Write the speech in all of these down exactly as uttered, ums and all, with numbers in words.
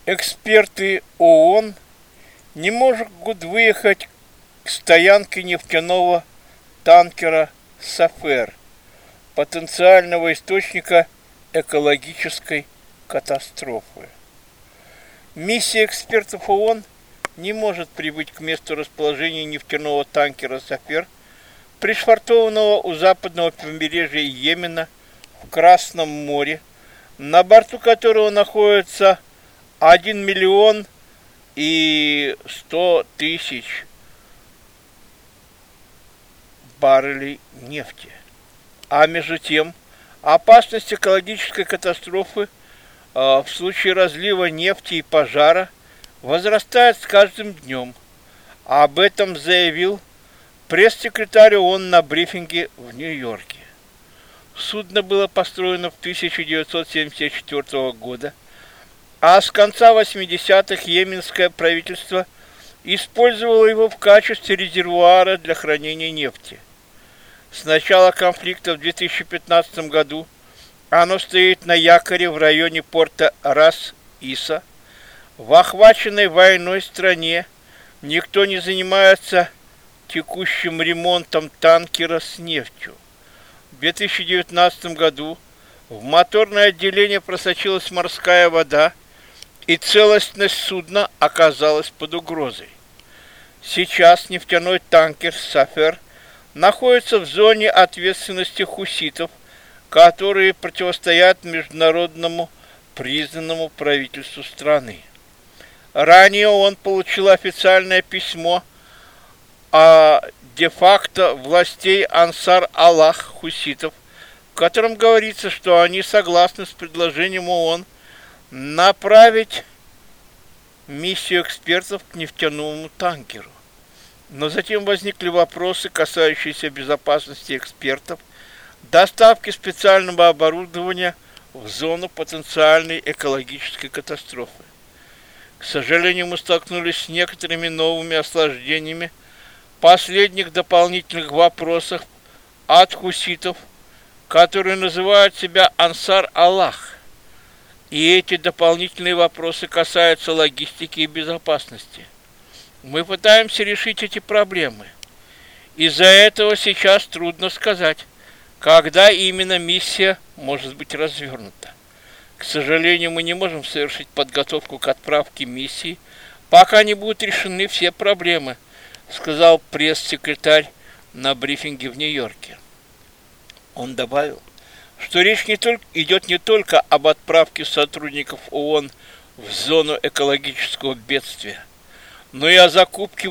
Эксперты ООН не могут выехать к стоянке нефтяного танкера «Сафер», потенциального источника экологической катастрофы. Миссия экспертов ООН не может прибыть к месту расположения нефтяного танкера «Сафер», пришвартованного у западного побережья Йемена в Красном море, на борту которого находится один миллион и сто тысяч баррелей нефти. А между тем, опасность экологической катастрофы э, в случае разлива нефти и пожара возрастает с каждым днем. Об этом заявил пресс-секретарь ООН на брифинге в Нью-Йорке. Судно было построено в тысяча девятьсот семьдесят четвёртого года, а с конца восьмидесятых йеменское правительство использовало его в качестве резервуара для хранения нефти. С начала конфликта в две тысячи пятнадцатом году оно стоит на якоре в районе порта Рас-Иса. В охваченной войной стране никто не занимается текущим ремонтом танкера с нефтью. В две тысячи девятнадцатом году в моторное отделение просочилась морская вода, и целостность судна оказалась под угрозой. Сейчас нефтяной танкер «Сафер» находится в зоне ответственности хуситов, которые противостоят международному признанному правительству страны. Ранее он получил официальное письмо о де-факто властей Ансар Аллах хуситов, в котором говорится, что они согласны с предложением ООН направить миссию экспертов к нефтяному танкеру. Но затем возникли вопросы, касающиеся безопасности экспертов, доставки специального оборудования в зону потенциальной экологической катастрофы. К сожалению, мы столкнулись с некоторыми новыми осложнениями последних дополнительных вопросах от хуситов, которые называют себя Ансар Аллах. И эти дополнительные вопросы касаются логистики и безопасности. Мы пытаемся решить эти проблемы. Из-за этого сейчас трудно сказать, когда именно миссия может быть развернута. К сожалению, мы не можем совершить подготовку к отправке миссии, пока не будут решены все проблемы, сказал пресс-секретарь на брифинге в Нью-Йорке. Он добавил, что речь не только, идет не только об отправке сотрудников ООН в зону экологического бедствия, но и о закупке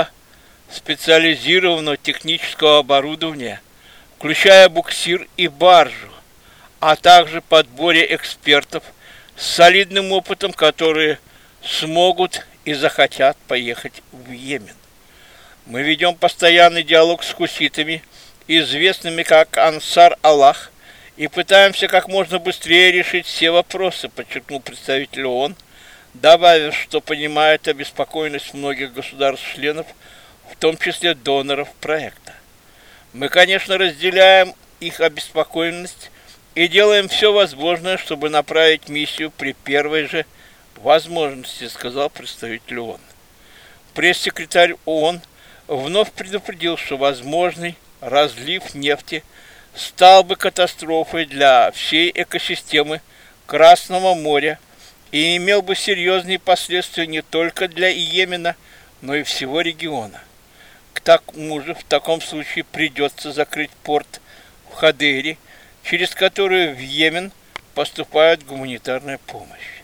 высокоспециализированного технического оборудования, включая буксир и баржу, а также подборе экспертов с солидным опытом, которые смогут и захотят поехать в Йемен. Мы ведем постоянный диалог с хуситами, известными как Ансар Аллах, и пытаемся как можно быстрее решить все вопросы, подчеркнул представитель ООН, добавив, что понимает обеспокоенность многих государств-членов, в том числе доноров проекта. Мы, конечно, разделяем их обеспокоенность и делаем все возможное, чтобы направить миссию при первой же возможности, сказал представитель ООН. Пресс-секретарь ООН вновь предупредил, что возможный разлив нефти стал бы катастрофой для всей экосистемы Красного моря и имел бы серьезные последствия не только для Йемена, но и всего региона. К тому же в таком случае придется закрыть порт в Ходейре, через который в Йемен поступает гуманитарная помощь.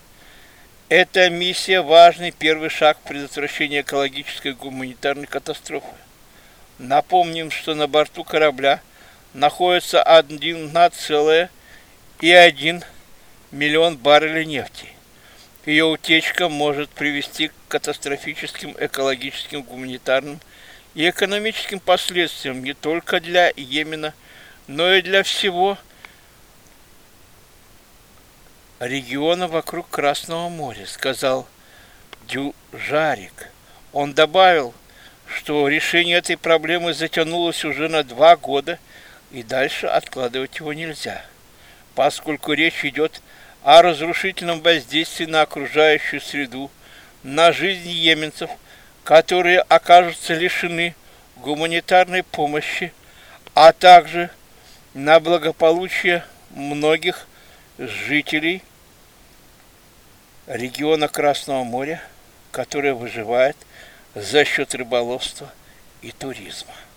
Эта миссия – важный первый шаг в предотвращении экологической гуманитарной катастрофы. Напомним, что на борту корабля находится одна целая одна десятая миллион баррелей нефти. Ее утечка может привести к катастрофическим экологическим, гуманитарным и экономическим последствиям не только для Йемена, но и для всего региона вокруг Красного моря, сказал Дюжарик. Он добавил, что решение этой проблемы затянулось уже на два года, и дальше откладывать его нельзя, поскольку речь идет о разрушительном воздействии на окружающую среду, на жизнь йеменцев, которые окажутся лишены гуманитарной помощи, а также на благополучие многих жителей региона Красного моря, которые выживают за счет рыболовства и туризма.